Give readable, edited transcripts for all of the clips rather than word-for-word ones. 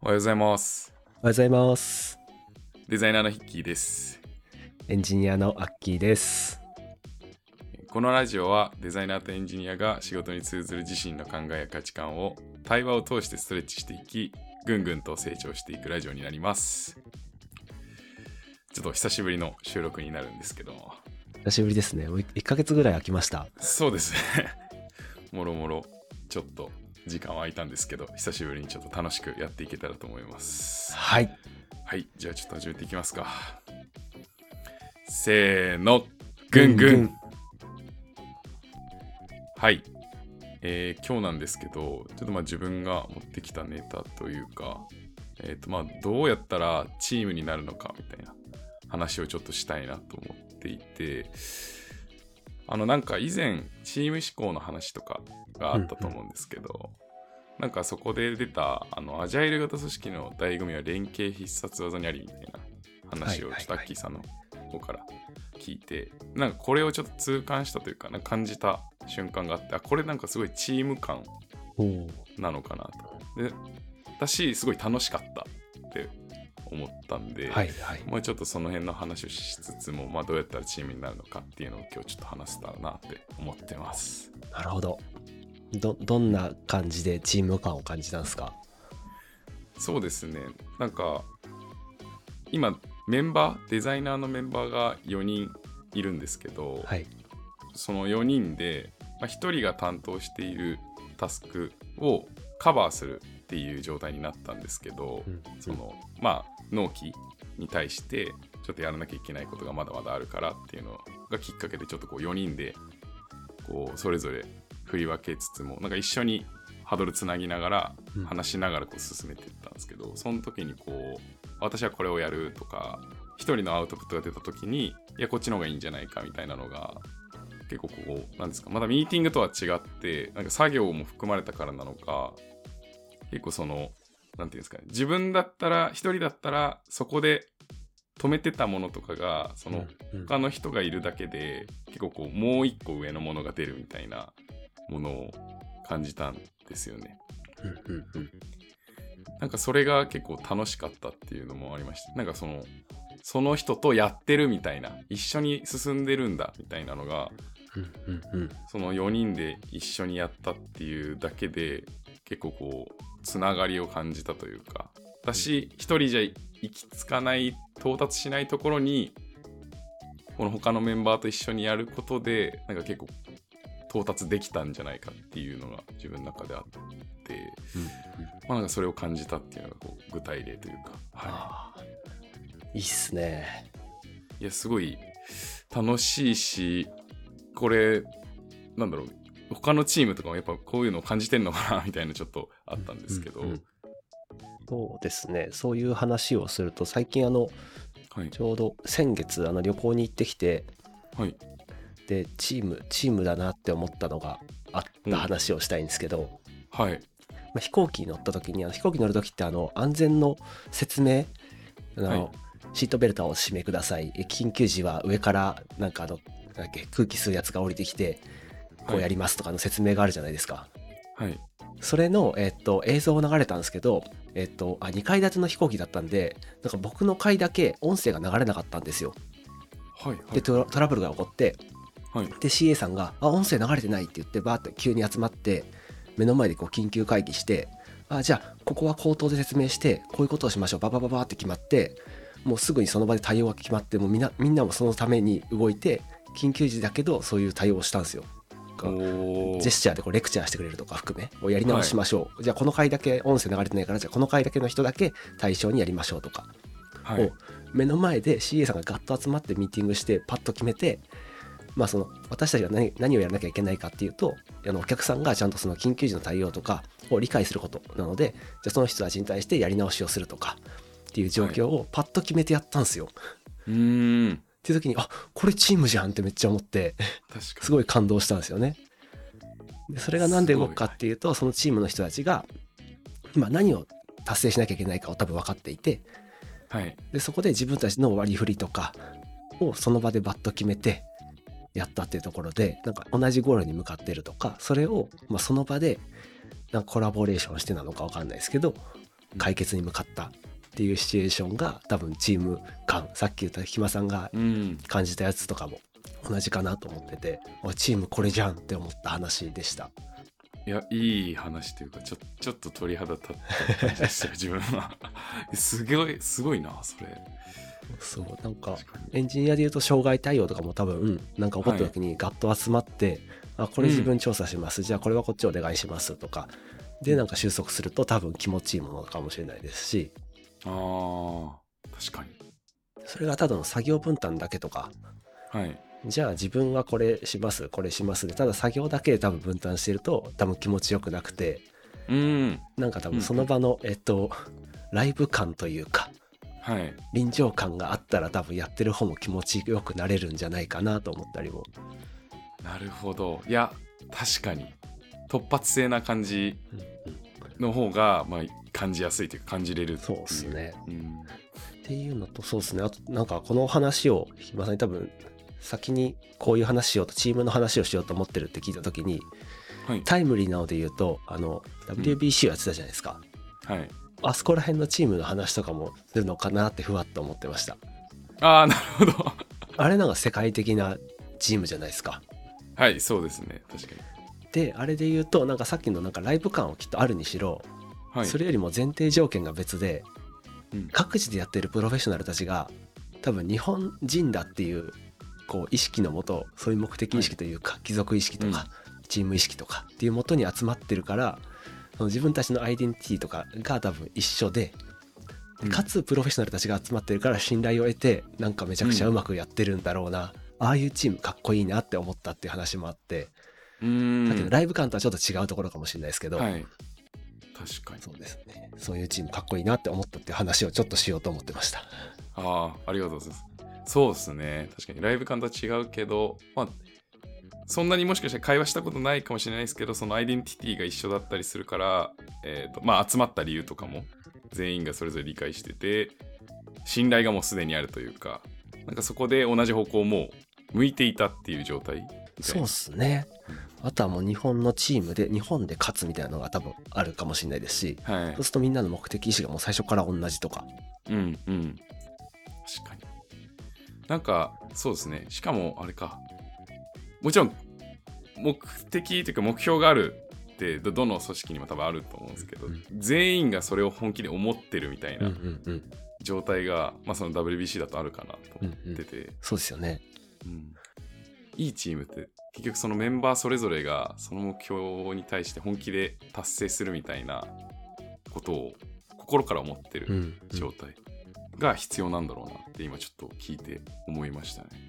おはようございます。 おはようございます。 デザイナーのヒッキーです。 エンジニアのアッキーです。 このラジオはデザイナーとエンジニアが仕事に通ずる自身の考えや価値観を対話を通してストレッチしていき、ぐんぐんと成長していくラジオになります。ちょっと久しぶりの収録になるんですけども。 久しぶりですね。1ヶ月ぐらい空きました。 そうですね。もろもろちょっと時間は空いたんですけど、久しぶりにちょっと楽しくやっていけたらと思います。 はい。 はい、じゃあちょっと始めていきますか。せーの、ぐんぐん。はい、今日なんですけど、ちょっと自分が持ってきたネタというか、どうやったらチームになるのかみたいな話をちょっとしたいなと思っていて、なんか以前チーム思考の話とかがあったと思うんですけど、なんかそこで出たアジャイル型組織の醍醐味は連携必殺技にありみたいな話をちょっとアッキーさんの方から聞いて、なんかこれをちょっと痛感したというか、なんか感じた瞬間があって、これなんかすごいチーム感なのかなと。で、私すごい楽しかったって思ったんで、ちょっとその辺の話をしつつも、どうやったらチームになるのかっていうのを今日ちょっと話せたらなって思ってます。 なるほど。どんな感じでチーム感を感じたんですか？ そうですね。なんか今デザイナーのメンバーが4人いるんですけど、その4人で、1人が担当しているタスクをカバーするっていう状態になったんですけど、その納期に対してちょっとやらなきゃいけないことがまだまだあるからっていうのがきっかけで、ちょっとこう4人でこうそれぞれ振り分けつつも、なんか一緒にハードルつなぎながら話しながらこう進めていったんですけど、その時にこう私はこれをやるとか、一人のアウトプットが出た時に、いやこっちの方がいいんじゃないかみたいなのが結構こうなんですか、まだミーティングとは違って、なんか作業も含まれたからなのか、結構そのなんていうんですかね、自分だったら一人だったらそこで止めてたものとかが、その他の人がいるだけで結構こうもう一個上のものが出るみたいなものを感じたんですよね。なんかそれが結構楽しかったっていうのもありました。なんかその人とやってるみたいな、一緒に進んでるんだみたいなのが、その4人で一緒にやったっていうだけで結構こうつながりを感じたというか、私一人じゃ行き着かない、到達しないところにこの他のメンバーと一緒にやることで、なんか結構到達できたんじゃないかっていうのが自分の中であって、なんかそれを感じたっていうのがこう具体例というか、 いいっすね。 いやすごい楽しいし、これなんだろう、他のチームとかもやっぱこういうのを感じてんのかなみたいなちょっとあったんですけど、 そうですね。そういう話をすると、最近ちょうど先月旅行に行ってきて、でチームだなって思ったのがあった話をしたいんですけど、飛行機に乗った時に、飛行機乗る時って安全の説明、シートベルトをお締めください、緊急時は上からなんか空気吸うやつが降りてきてこうやりますとかの説明があるじゃないですか。それの、映像を流れたんですけど、2階建ての飛行機だったんで、なんか僕の階だけ音声が流れなかったんですよ。でトラブルが起こって、で CA さんが音声流れてないって言ってバーって急に集まって目の前でこう緊急会議して、じゃあここは口頭で説明してこういうことをしましょう、ババババって決まって、もうすぐにその場で対応が決まって、もうみんなもそのために動いて、緊急時だけどそういう対応をしたんですよ。ジェスチャーでこうレクチャーしてくれるとか含め、やり直しましょう、じゃあこの回だけ音声流れてないから、じゃあこの回だけの人だけ対象にやりましょうとかを目の前で CA さんがガッと集まってミーティングしてパッと決めて、その私たちが何をやらなきゃいけないかっていうと、お客さんがちゃんとその緊急時の対応とかを理解することなので、じゃあその人たちに対してやり直しをするとかっていう状況をパッと決めてやったんですよ。っていう時に、これチームじゃんってめっちゃ思って、すごい感動したんですよね。でそれがなんで動くかっていうと、そのチームの人たちが今何を達成しなきゃいけないかを多分分かっていて、でそこで自分たちの割り振りとかをその場でバッと決めてやったっていうところで、なんか同じゴールに向かってるとか、それをその場でなんかコラボレーションしてなのか分かんないですけど、 解決に向かったっていうシチュエーションが多分チーム感、さっき言ったひまさんが感じたやつとかも同じかなと思ってて、チームこれじゃんって思った話でした。 いや、いい話というかちょっと鳥肌立った感じでしたよ自分はすごいなそれ。 そうなんかエンジニアでいうと障害対応とかも多分、なんか起こった時にガッと集まって、これ自分調査します、じゃあこれはこっちお願いしますとかでなんか収束すると多分気持ちいいものかもしれないですし、 確かにそれがただの作業分担だけとか、じゃあ自分はこれしますこれしますでただ作業だけで多分分担してると多分気持ちよくなくて、なんか多分その場の、ライブ感というか、臨場感があったら多分やってる方も気持ちよくなれるんじゃないかなと思ったりも。 なるほど。いや確かに突発性な感じの方が、感じやすいというか感じれるっていう。 そうですね、っていうのと、そうですね、あとなんかこの話をひまさんに多分先にこういう話しようとチームの話をしようと思ってるって聞いた時に、タイムリーなので言うとWBC をやってたじゃないですか、あそこら辺のチームの話とかもするのかなってふわっと思ってました。 なるほどあれなんか世界的なチームじゃないですか。 そうですね、確かに。 であれで言うとなんかさっきのなんかライブ感をきっとあるにしろ、それよりも前提条件が別で、各自でやってるプロフェッショナルたちが多分日本人だっていうこう意識のもと、そういう目的意識というか、貴族意識とか、チーム意識とかっていうもとに集まってるから、その自分たちのアイデンティティとかが多分一緒で、かつプロフェッショナルたちが集まってるから信頼を得てなんかめちゃくちゃうまくやってるんだろうな、ああいうチームかっこいいなって思ったっていう話もあって、だけどライブ感とはちょっと違うところかもしれないですけど、 確かにそうですね、そういうチームかっこいいなって思ったっていう話をちょっとしようと思ってました。 ありがとうございます。そうですね、確かにライブ感とは違うけど、そんなにもしかしたら会話したことないかもしれないですけど、そのアイデンティティが一緒だったりするから、集まった理由とかも全員がそれぞれ理解してて、信頼がもうすでにあるというか、なんかそこで同じ方向をもう向いていたっていう状態。 そうっすね。あとはもう日本のチームで日本で勝つみたいなのが多分あるかもしれないですし、そうするとみんなの目的意識がもう最初から同じとか。 確かに。なんかそうですね。しかもあれか。もちろん目的というか目標があるってどの組織にも多分あると思うんですけど、全員がそれを本気で思ってるみたいな状態が、その WBC だとあるかなと思ってて、 そうですよね。 いいチームって結局そのメンバーそれぞれがその目標に対して本気で達成するみたいなことを心から思ってる状態が必要なんだろうなって今ちょっと聞いて思いましたね。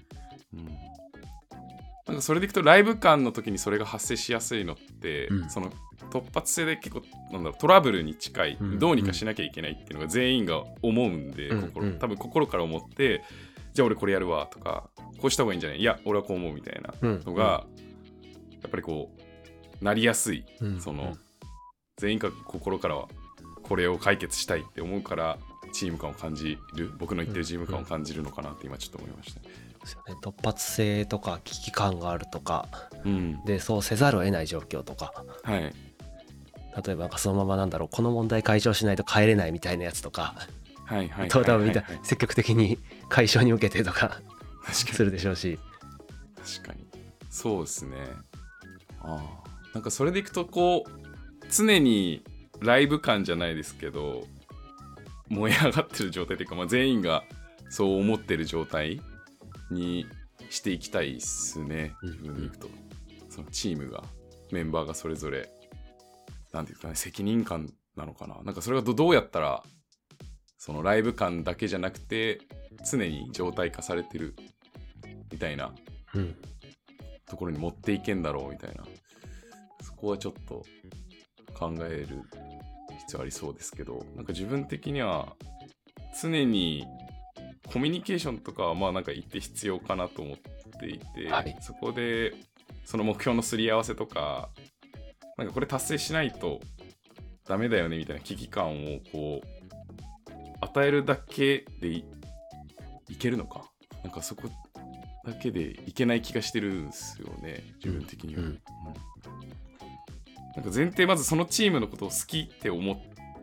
なんかそれでいくとライブ感の時にそれが発生しやすいのって、その突発性で結構トラブルに近い、どうにかしなきゃいけないっていうのが全員が思うんで、多分心から思って、じゃあ俺これやるわとか、こうした方がいいんじゃない、いや俺はこう思うみたいなのが、やっぱりこうなりやすい、その全員が心からはこれを解決したいって思うからチーム感を感じる、僕の言ってるチーム感を感じるのかなって今ちょっと思いましたね。 ですよね、突発性とか危機感があるとか、でそうせざるを得ない状況とか、例えばそのままこの問題解消しないと帰れないみたいなやつとか、多分みんな積極的に解消に向けてとかするでしょうし。 確かにそうですね。なんかそれでいくとこう常にライブ感じゃないですけど燃え上がってる状態というか、全員がそう思ってる状態にしていきたいっすね。自分でいくと、そのチームがメンバーがそれぞれなんていうかね、責任感なのかな、なんかそれがどうやったらそのライブ感だけじゃなくて常に状態化されてるみたいなところに持っていけんだろうみたいな、そこはちょっと考える必要ありそうですけど、なんか自分的には常にコミュニケーションとかはなんか一定必要かなと思っていて、そこでその目標のすり合わせとか、なんかこれ達成しないとダメだよねみたいな危機感をこう与えるだけで いけるのか、なんかそこだけでいけない気がしてるんですよね、自分的には。なんか前提まずそのチームのことを好きって思っ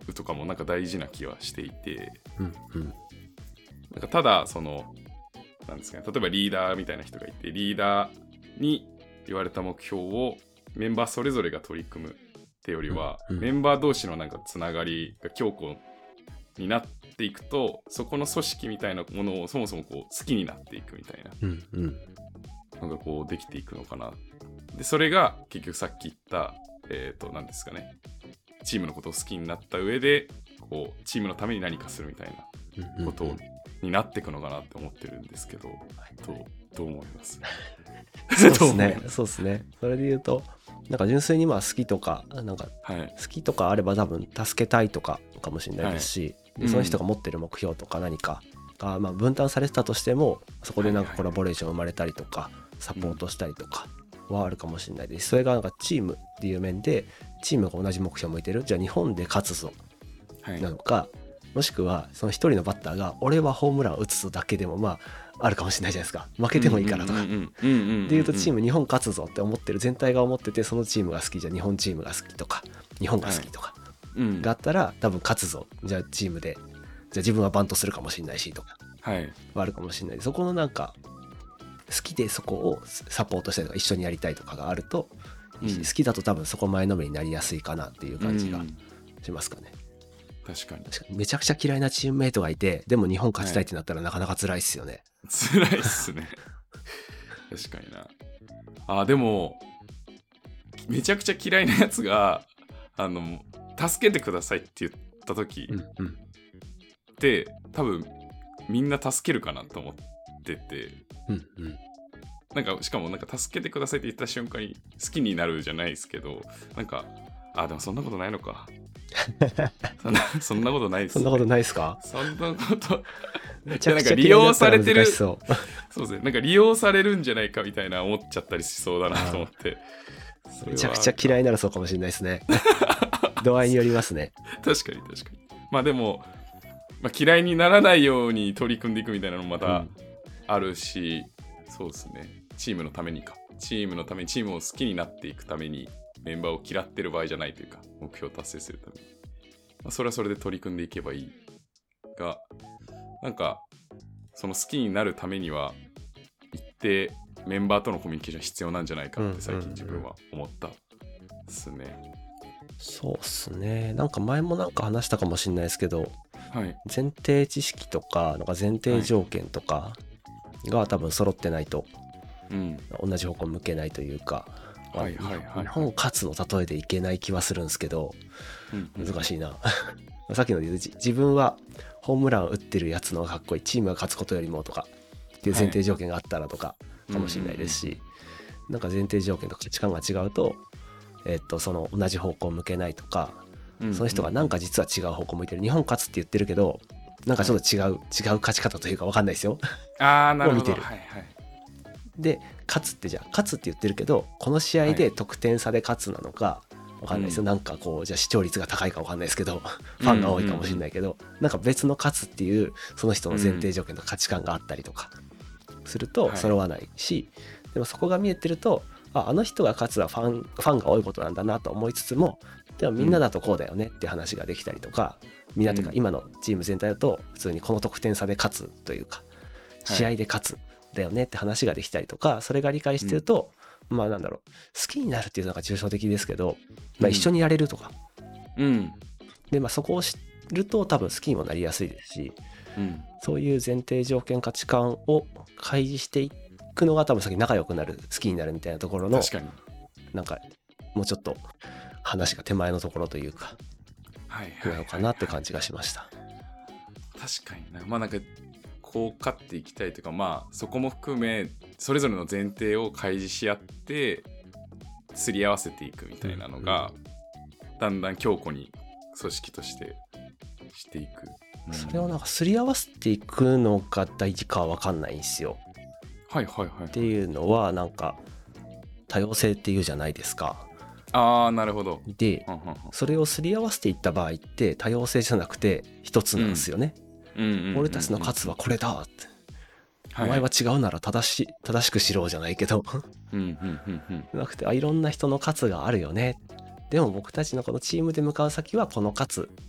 とかもなんか大事な気はしていて、 うんうん、 なんかただそのなんですかね、例えばリーダーみたいな人がいて、リーダーに言われた目標をメンバーそれぞれが取り組むってよりは、 うんうん、 メンバー同士のなんかつながりが強固になっていくと、そこの組織みたいなものをそもそもこう好きになっていくみたいな、 うんうん、 なんかこうできていくのかな。でそれが結局さっき言った何ですかね、チームのことを好きになった上でこうチームのために何かするみたいなことになっていくのかなって思ってるんですけど、どう思いますそうですねそうですね。それで言うとなんか純粋にまあ好きとかなんか好きとかあれば多分助けたいとかかもしれないですし、はい、その人が持ってる目標とか何かがまあ分担されてたとしても、そこでなんかコラボレーション生まれたりとかサポートしたりとかはあるかもしれないです。それがなんかチームっていう面でチームが同じ目標を向いてる、じゃあ日本で勝つぞなのか、はい、もしくはその一人のバッターが俺はホームラン打つぞだけでもまああるかもしれないじゃないですか。負けてもいいからとかでいうとチーム日本勝つぞって思ってる全体が思ってて、そのチームが好き、じゃあ日本チームが好きとか日本が好きとかがあったら多分勝つぞ、じゃあチームでじゃあ自分はバントするかもしれないしとかはあるかもしれない。そこのなんか好きでそこをサポートしたりとか一緒にやりたいとかがあると、好きだと多分そこ前のめりになりやすいかなっていう感じがしますかね。 確かにめちゃくちゃ嫌いなチームメイトがいてでも日本勝ちたいってなったらなかなか辛いっすよね。 辛いっすね確かにな。でもめちゃくちゃ嫌いなやつが助けてくださいって言った時って、多分みんな助けるかなと思ってて、なんかしかもなんか助けてくださいって言った瞬間に好きになるじゃないですけど、なんかでもそんなことないのかそんなことないです、ね、 そんなことないですか。 そんなことめちゃくちゃ利用されてるそうですね、なんか利用されるんじゃないかみたいな思っちゃったりしそうだなと思って、 めちゃくちゃ嫌いになるそうかもしれないですね度合いによりますね確かにまあでも、嫌いにならないように取り組んでいくみたいなのもまたあるし、そうですね、チームのためにチームを好きになっていくためにメンバーを嫌ってる場合じゃないというか、目標を達成するために、それはそれで取り組んでいけばいいが、なんかその好きになるためには一定メンバーとのコミュニケーション必要なんじゃないかって最近自分は思ったですね。 そうっすね。なんか前もなんか話したかもしれないですけど、 はい、 前提知識とかなんか前提条件とかが多分揃ってないと、同じ方向向けないというか、日本勝つの例えでいけない気はするんですけど、難しいなさっきので言う自分はホームラン打ってるやつの方がかっこいい、チームが勝つことよりもとかっていう前提条件があったらとかかもしれないですし、なんか前提条件と価値観が違うと、その同じ方向向けないとか、その人がなんか実は違う方向向いてる、日本勝つって言ってるけどなんかちょっと違う勝ち方というか分かんないですよなるほど見てる、で勝つって言ってるけどこの試合で得点差で勝つなのか分かんないですよ、なんかこうじゃあ視聴率が高いか分かんないですけどファンが多いかもしれないけど、なんか別の勝つっていうその人の前提条件と価値観があったりとかすると揃わないし、でもそこが見えてるとあの人が勝つはファンが多いことなんだなと思いつつも、でもみんなだとこうだよねって話ができたりとか、みんなというか今のチーム全体だと普通にこの得点差で勝つというか試合で勝つだよねって話ができたりとか、それが理解してると、まあなんだろう、好きになるっていうのが抽象的ですけど、一緒にやれるとか、でそこを知ると多分好きにもなりやすいですし、そういう前提条件価値観を開示していくのが多分先仲良くなる、好きになるみたいなところの、なんかもうちょっと話が手前のところというか、なのかなって感じがしました。 確かにな、なんかこう勝っていきたいというか、そこも含めそれぞれの前提を開示し合ってすり合わせていくみたいなのが、だんだん強固に組織としてしていく、 それをなんかすり合わせていくのが大事かは分かんないんですよ。っていうのはなんか多様性っていうじゃないですか。 なるほど。 で、それをすり合わせていった場合って多様性じゃなくて一つなんですよね。俺たちの勝つはこれだって、お前は違うなら正しくしろじゃないけどなくて、いろんな人の勝つがあるよね、でも僕たちのこのチームで向かう先はこの勝つ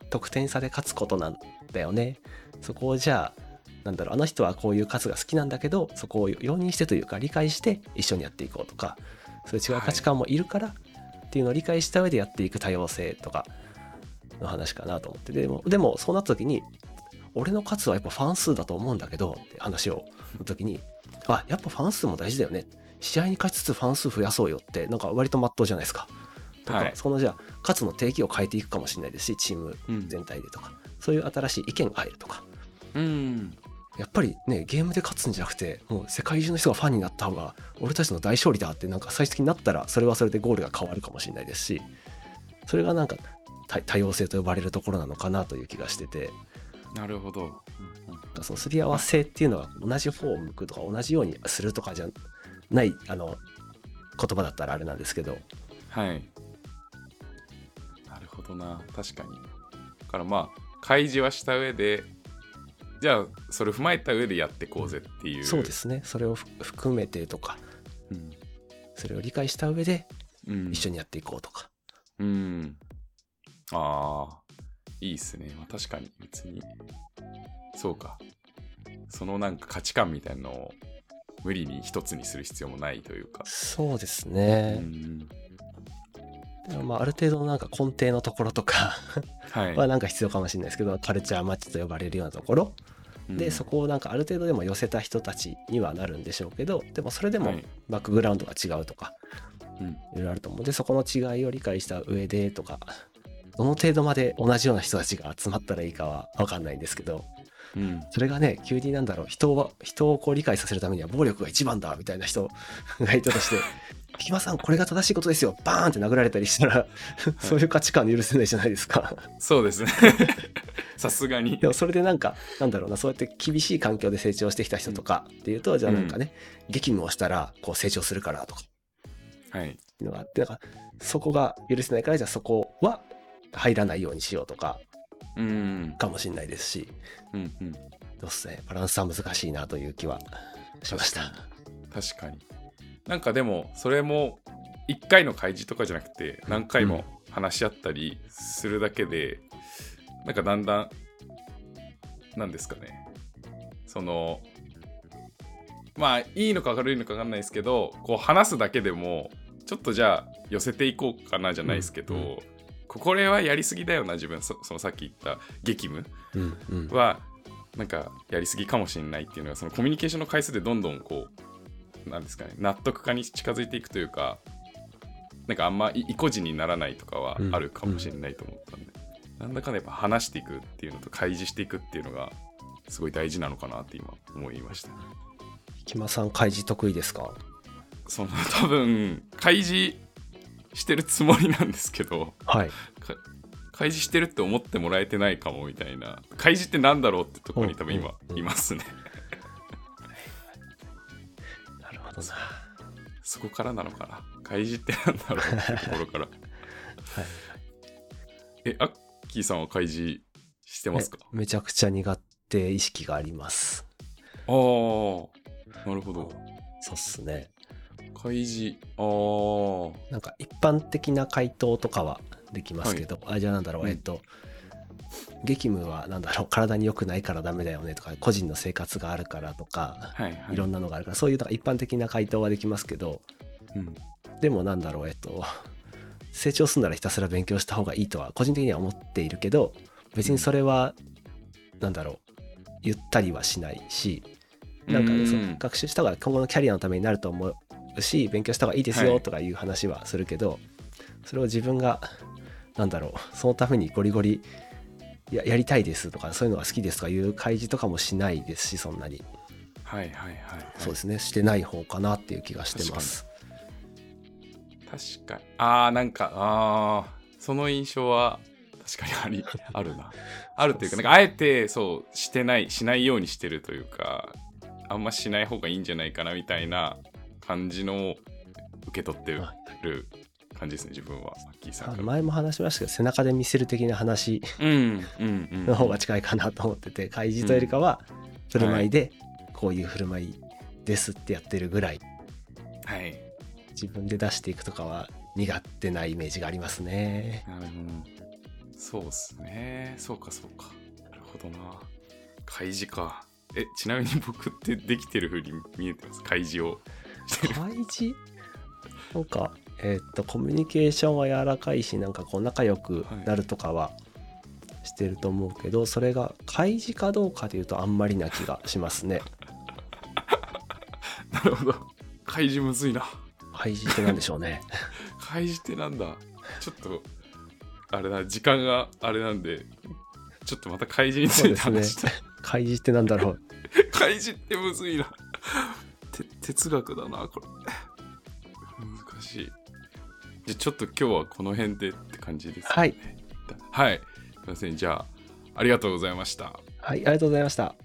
得点差で勝つことなんだよね。そこをじゃあなんだろう、あの人はこういう数が好きなんだけど、そこを容認してというか理解して一緒にやっていこうとか、そういう違う価値観もいるからっていうのを理解した上でやっていく多様性とかの話かなと思って、でもそうなった時に俺の勝つはやっぱファン数だと思うんだけどって話をの時に、やっぱファン数も大事だよね、試合に勝ちつつファン数増やそうよって、なんか割と真っ当じゃないですかとか、そのじゃあ勝つの定義を変えていくかもしれないですし、チーム全体でとか、そういう新しい意見が入るとか、やっぱりね、ゲームで勝つんじゃなくてもう世界中の人がファンになった方が俺たちの大勝利だってなんか最終的になったら、それはそれでゴールが変わるかもしれないですし、それがなんか多様性と呼ばれるところなのかなという気がしてて。 なるほど。 そのすり合わせっていうのは同じ方を向くとか同じようにするとかじゃない言葉だったらあれなんですけど。 はい。なるほどな、確かに。だからまあ開示はした上で、じゃあそれを踏まえた上でやっていこうぜっていう、 そうですね、それを含めてとか、それを理解した上で一緒にやっていこうとか、 ああいいっすね。確かに別にそうか、そのなんか価値観みたいなのを無理に一つにする必要もないというか。 そうですね。でもある程度のなんか根底のところとかはなんか必要かもしれないですけど、カルチャーマッチと呼ばれるようなところで、そこをなんかある程度でも寄せた人たちにはなるんでしょうけど、でもそれでもバックグラウンドが違うとか、いろいろあると思うので、そこの違いを理解した上でとか、どの程度まで同じような人たちが集まったらいいかは分かんないんですけど、それがね、急になんだろう、人をこう理解させるためには暴力が一番だみたいな人がいたとして木間さんこれが正しいことですよバーンって殴られたりしたらそういう価値観許せないじゃないですか。 そうですねさすがに。 でもそれでなんかなんだろうな、そうやって厳しい環境で成長してきた人とかっていうと、じゃあなんかね、激務をしたらこう成長するからとかいうのがあって、だからそこが許せないから、じゃあそこは入らないようにしようとかかもしれないですし、どうっすね、バランスは難しいなという気はしました。 確かに。なんかでもそれも1回の開示とかじゃなくて何回も話し合ったりするだけで、なんかだんだんなんですかね、そのまあいいのか悪いのか分かんないですけど、こう話すだけでもちょっとじゃあ寄せていこうかなじゃないですけど、これはやりすぎだよな自分、そのさっき言った激務はなんかやりすぎかもしれないっていうのが、そのコミュニケーションの回数でどんどんこうなんですかね、納得化に近づいていくというか、なんかあんま意固地にならないとかはあるかもしれないと思ったんで、なんだかんだやっぱ話していくっていうのと開示していくっていうのがすごい大事なのかなって今思いました。 木間さん開示得意ですか？ 多分開示してるつもりなんですけど、開示してるって思ってもらえてないかもみたいな、開示ってなんだろうってところに多分今いますね。 なるほどな。 そこからなのかな、開示ってなんだろうってところからアッキーさんは開示してますか？ めちゃくちゃ苦手意識があります。 なるほど。 そうっすね。 開示なんか一般的な回答とかはできますけど、じゃあなんだろう、激務はなんだろう、体に良くないからダメだよねとか、個人の生活があるからとか、いろんなのがあるから、そういう一般的な回答はできますけど、でもなんだろう、成長するならひたすら勉強した方がいいとは個人的には思っているけど、別にそれはなんだろう、言ったりはしないし、なんかね、その学習した方が今後のキャリアのためになると思うし、勉強した方がいいですよとかいう話はするけど、それを自分がなんだろう、そのためにゴリゴリ やりたいですとか、そういうのが好きですとかいう開示とかもしないですし、そんなに。そうですね、してない方かなっていう気がしてます。 確かになんかその印象は確かにあるな。あるというか、なんかあえてそうしないようにしてるというか、あんましない方がいいんじゃないかなみたいな感じのを受け取ってる感じですね、自分は。アッキーさんから前も話しましたけど、背中で見せる的な話の方が近いかなと思ってて、開示というよりかは振る舞いでこういう振る舞いですってやってるぐらい、自分で出していくとかは苦手なイメージがありますね。 そうっすね。そうかそうか。なるほどな。開示か。ちなみに僕ってできてる風に見えてます？開示をしてる。 開示なんかコミュニケーションは柔らかいし、なんかこう仲良くなるとかはしてると思うけど、それが開示かどうかでいうとあんまりな気がしますね。 なるほど。開示むずいな。 開示ってなんでしょうね。 開示ってなんだ。ちょっとあれだ、時間があれなんで、ちょっとまた開示について話したい。 開示ってなんだろう。 開示ってむずいな。哲学だなこれ。難しい。じゃあちょっと今日はこの辺でって感じですね。 はい。 はい。すいません。じゃあありがとうございました。 はい、ありがとうございました。